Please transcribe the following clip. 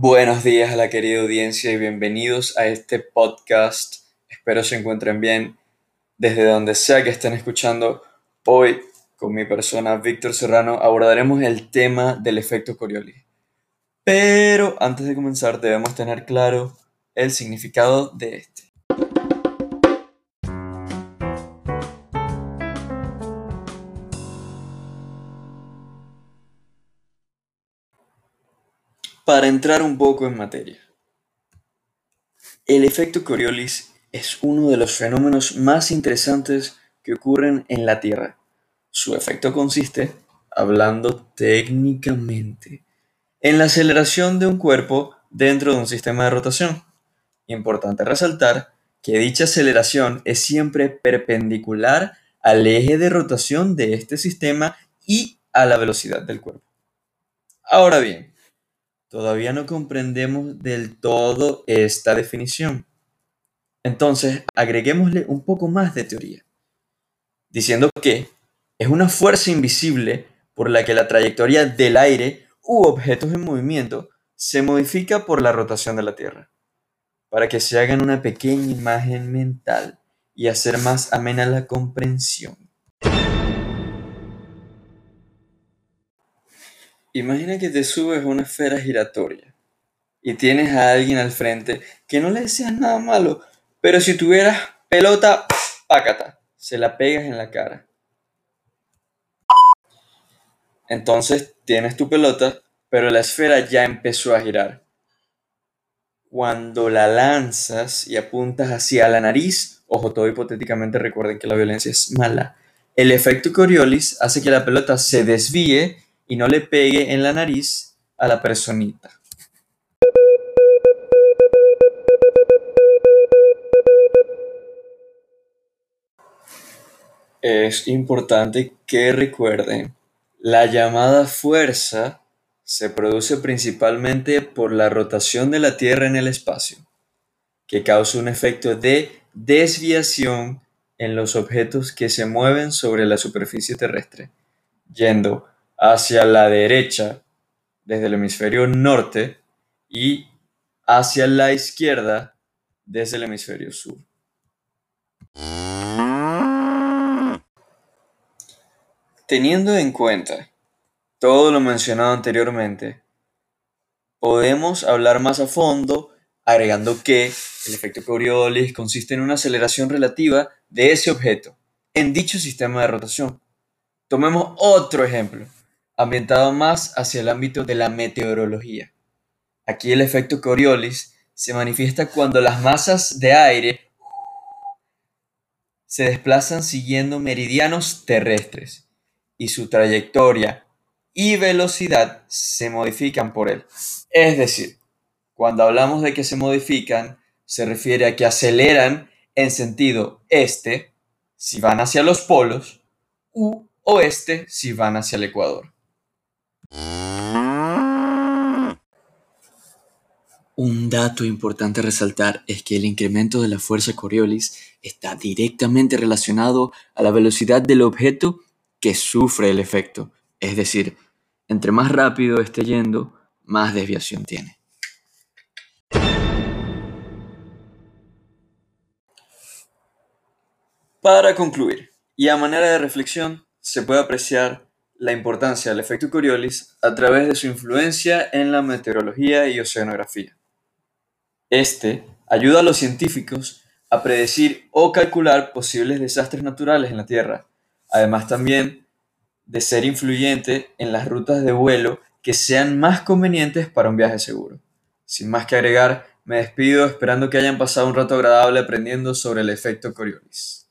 Buenos días a la querida audiencia y bienvenidos a este podcast. Espero se encuentren bien desde donde sea que estén escuchando. Hoy, con mi persona Víctor Serrano, abordaremos el tema del efecto Coriolis. Pero antes de comenzar debemos tener claro el significado de este. Para entrar un poco en materia, el efecto Coriolis es uno de los fenómenos más interesantes que ocurren en la Tierra. Su efecto consiste, hablando técnicamente, en la aceleración de un cuerpo dentro de un sistema de rotación. Importante resaltar que dicha aceleración es siempre perpendicular al eje de rotación de este sistema y a la velocidad del cuerpo. Ahora bien, todavía no comprendemos del todo esta definición. Entonces, agreguémosle un poco más de teoría, diciendo que es una fuerza invisible por la que la trayectoria del aire u objetos en movimiento se modifica por la rotación de la Tierra. Para que se hagan una pequeña imagen mental y hacer más amena la comprensión. Imagina que te subes a una esfera giratoria y tienes a alguien al frente que no le deseas nada malo, pero si tuvieras pelota, pácata, se la pegas en la cara. Entonces tienes tu pelota, pero la esfera ya empezó a girar. Cuando la lanzas y apuntas hacia la nariz, ojo, todo hipotéticamente recuerden que la violencia es mala, el efecto Coriolis hace que la pelota se desvíe y no le pegue en la nariz a la personita. Es importante que recuerden, la llamada fuerza se produce principalmente por la rotación de la Tierra en el espacio, que causa un efecto de desviación en los objetos que se mueven sobre la superficie terrestre, yendo hacia la derecha desde el hemisferio norte y hacia la izquierda desde el hemisferio sur. Teniendo en cuenta todo lo mencionado anteriormente, podemos hablar más a fondo agregando que el efecto Coriolis consiste en una aceleración relativa de ese objeto en dicho sistema de rotación. Tomemos otro ejemplo, ambientado más hacia el ámbito de la meteorología. Aquí el efecto Coriolis se manifiesta cuando las masas de aire se desplazan siguiendo meridianos terrestres y su trayectoria y velocidad se modifican por él. Es decir, cuando hablamos de que se modifican, se refiere a que aceleran en sentido este si van hacia los polos u oeste si van hacia el ecuador. Un dato importante a resaltar es que el incremento de la fuerza Coriolis está directamente relacionado a la velocidad del objeto que sufre el efecto. Es decir, entre más rápido esté yendo, más desviación tiene. Para concluir, y a manera de reflexión, se puede apreciar la importancia del efecto Coriolis a través de su influencia en la meteorología y oceanografía. Este ayuda a los científicos a predecir o calcular posibles desastres naturales en la Tierra, además también de ser influyente en las rutas de vuelo que sean más convenientes para un viaje seguro. Sin más que agregar, me despido esperando que hayan pasado un rato agradable aprendiendo sobre el efecto Coriolis.